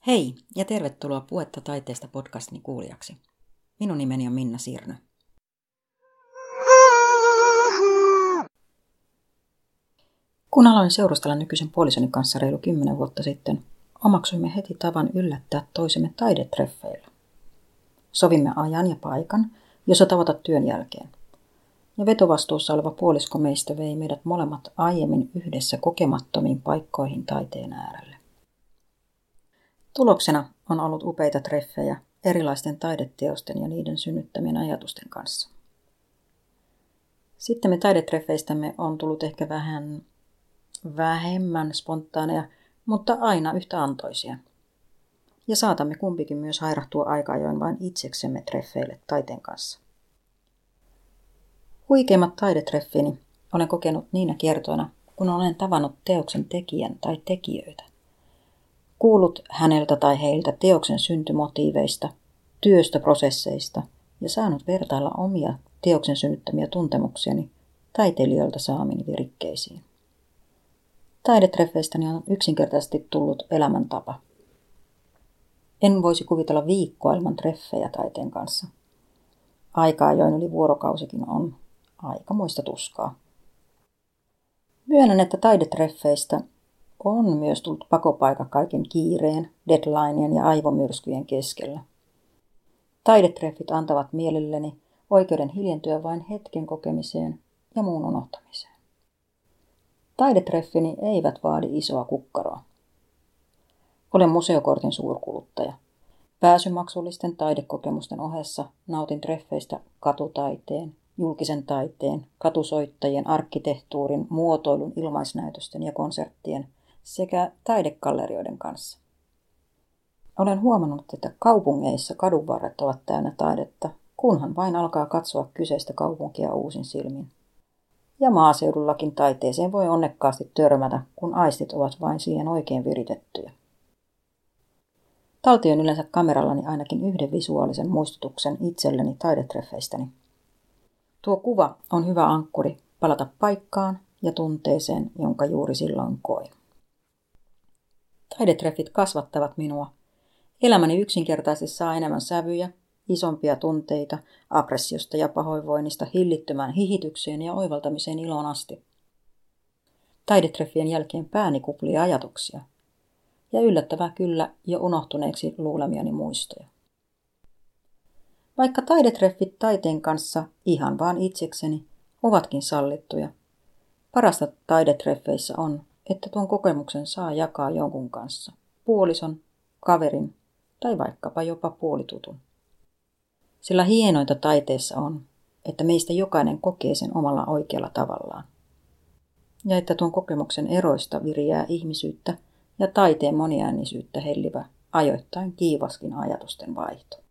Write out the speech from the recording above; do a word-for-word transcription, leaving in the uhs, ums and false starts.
Hei ja tervetuloa Puhetta taiteesta podcastini kuulijaksi. Minun nimeni on Minna Sirnö. Kun aloin seurustella nykyisen puolisoni kanssa reilu kymmenen vuotta sitten, omaksuimme heti tavan yllättää toisemme taidetreffeillä. Sovimme ajan ja paikan, jossa tavata työn jälkeen. Ja vetovastuussa oleva puolisko meistä vei meidät molemmat aiemmin yhdessä kokemattomiin paikkoihin taiteen äärelle. Tuloksena on ollut upeita treffejä erilaisten taideteosten ja niiden synnyttämien ajatusten kanssa. Sitten me taidetreffeistämme on tullut ehkä vähän vähemmän spontaaneja, mutta aina yhtä antoisia. Ja saatamme kumpikin myös hairahtua aika ajoin vain itseksemme treffeille taiteen kanssa. Huikeimmat taidetreffini olen kokenut niinä kiertoina, kun olen tavannut teoksen tekijän tai tekijöitä. Kuullut häneltä tai heiltä teoksen syntymotiiveista, työstöprosesseista ja saanut vertailla omia teoksen synnyttämiä tuntemuksiani taiteilijoilta saamini virikkeisiin. Taidetreffeistäni on yksinkertaisesti tullut elämäntapa. En voisi kuvitella viikkoa ilman treffejä taiteen kanssa. Aikaa join yli vuorokausikin on aikamoista tuskaa. Myönnän, että taidetreffeistä on myös tullut pakopaikka kaiken kiireen, deadlineen ja aivomyrskyjen keskellä. Taidetreffit antavat mielelleni oikeuden hiljentyä vain hetken kokemiseen ja muun unohtamiseen. Taidetreffini eivät vaadi isoa kukkaroa. Olen museokortin suurkuluttaja. Pääsymaksullisten taidekokemusten ohessa nautin treffeistä katutaiteen, julkisen taiteen, katusoittajien, arkkitehtuurin, muotoilun, ilmaisnäytösten ja konserttien sekä taidegallerioiden kanssa. Olen huomannut, että kaupungeissa kadunvarret ovat täynnä taidetta, kunhan vain alkaa katsoa kyseistä kaupunkia uusin silmin. Ja maaseudullakin taiteeseen voi onnekkaasti törmätä, kun aistit ovat vain siihen oikein viritettyjä. Taltioin yleensä kamerallani ainakin yhden visuaalisen muistutuksen itselleni taidetreffeistäni. Tuo kuva on hyvä ankkuri palata paikkaan ja tunteeseen, jonka juuri silloin koin. Taidetreffit kasvattavat minua. Elämäni yksinkertaisesti saa enemmän sävyjä, isompia tunteita, aggressiosta ja pahoinvoinnista hillittömään hihitykseen ja oivaltamiseen iloon asti. Taidetreffien jälkeen pääni kuplii ajatuksia ja yllättävää kyllä jo unohtuneeksi luulemiani muistoja. Vaikka taidetreffit taiteen kanssa ihan vaan itsekseni ovatkin sallittuja, parasta taidetreffeissä on, että tuon kokemuksen saa jakaa jonkun kanssa, puolison, kaverin tai vaikkapa jopa puolitutun. Sillä hienointa taiteessa on, että meistä jokainen kokee sen omalla oikealla tavallaan. Ja että tuon kokemuksen eroista viriää ihmisyyttä ja taiteen moniäänisyyttä hellivä, ajoittain kiivaskin ajatusten vaihto.